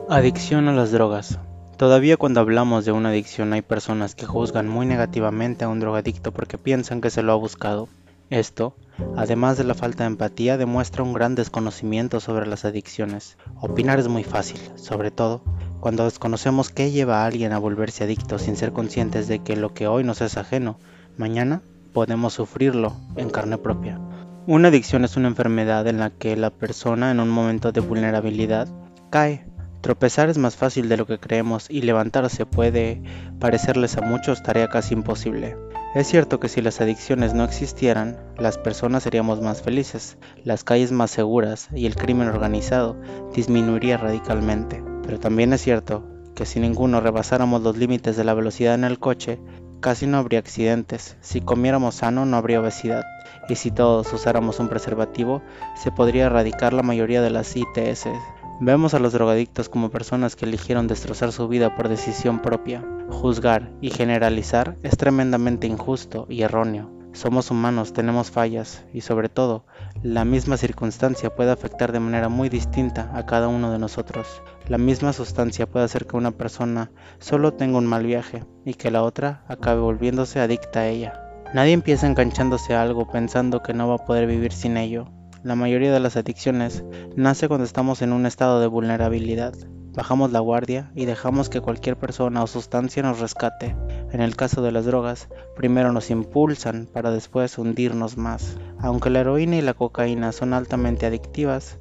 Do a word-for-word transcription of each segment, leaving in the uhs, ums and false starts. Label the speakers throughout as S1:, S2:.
S1: Adicción a las drogas. Todavía cuando hablamos de una adicción hay personas que juzgan muy negativamente a un drogadicto porque piensan que se lo ha buscado. Esto, además de la falta de empatía, demuestra un gran desconocimiento sobre las adicciones. Opinar es muy fácil, sobre todo cuando desconocemos qué lleva a alguien a volverse adicto sin ser conscientes de que lo que hoy nos es ajeno, mañana podemos sufrirlo en carne propia. Una adicción es una enfermedad en la que la persona en un momento de vulnerabilidad cae. Tropezar es más fácil de lo que creemos y levantarse puede parecerles a muchos tarea casi imposible. Es cierto que si las adicciones no existieran, las personas seríamos más felices, las calles más seguras y el crimen organizado disminuiría radicalmente. Pero también es cierto que si ninguno rebasáramos los límites de la velocidad en el coche, casi no habría accidentes, si comiéramos sano no habría obesidad, y si todos usáramos un preservativo, se podría erradicar la mayoría de las I T S. Vemos a los drogadictos como personas que eligieron destrozar su vida por decisión propia. Juzgar y generalizar es tremendamente injusto y erróneo. Somos humanos, tenemos fallas y sobre todo, la misma circunstancia puede afectar de manera muy distinta a cada uno de nosotros. La misma sustancia puede hacer que una persona solo tenga un mal viaje y que la otra acabe volviéndose adicta a ella. Nadie empieza enganchándose a algo pensando que no va a poder vivir sin ello. La mayoría de las adicciones nace cuando estamos en un estado de vulnerabilidad. Bajamos la guardia y dejamos que cualquier persona o sustancia nos rescate. En el caso de las drogas, primero nos impulsan para después hundirnos más. Aunque la heroína y la cocaína son altamente adictivas,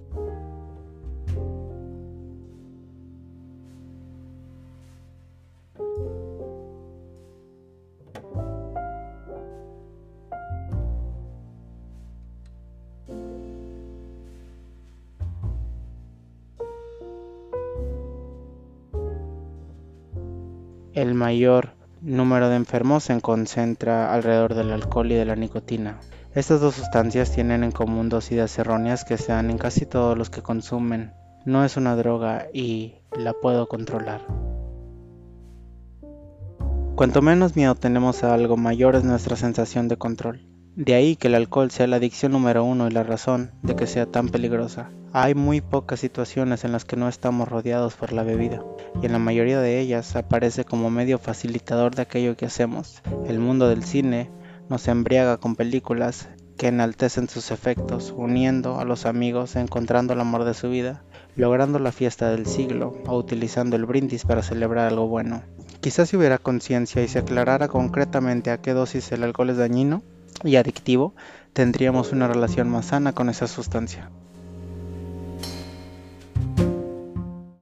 S1: el mayor número de enfermos se concentra alrededor del alcohol y de la nicotina. Estas dos sustancias tienen en común dos ideas erróneas que se dan en casi todos los que consumen. No es una droga y la puedo controlar. Cuanto menos miedo tenemos a algo, mayor es nuestra sensación de control. De ahí que el alcohol sea la adicción número uno y la razón de que sea tan peligrosa. Hay muy pocas situaciones en las que no estamos rodeados por la bebida, y en la mayoría de ellas aparece como medio facilitador de aquello que hacemos. El mundo del cine nos embriaga con películas que enaltecen sus efectos, uniendo a los amigos, encontrando el amor de su vida, logrando la fiesta del siglo o utilizando el brindis para celebrar algo bueno. Quizás si hubiera conciencia y se aclarara concretamente a qué dosis el alcohol es dañino y adictivo, tendríamos una relación más sana con esa sustancia.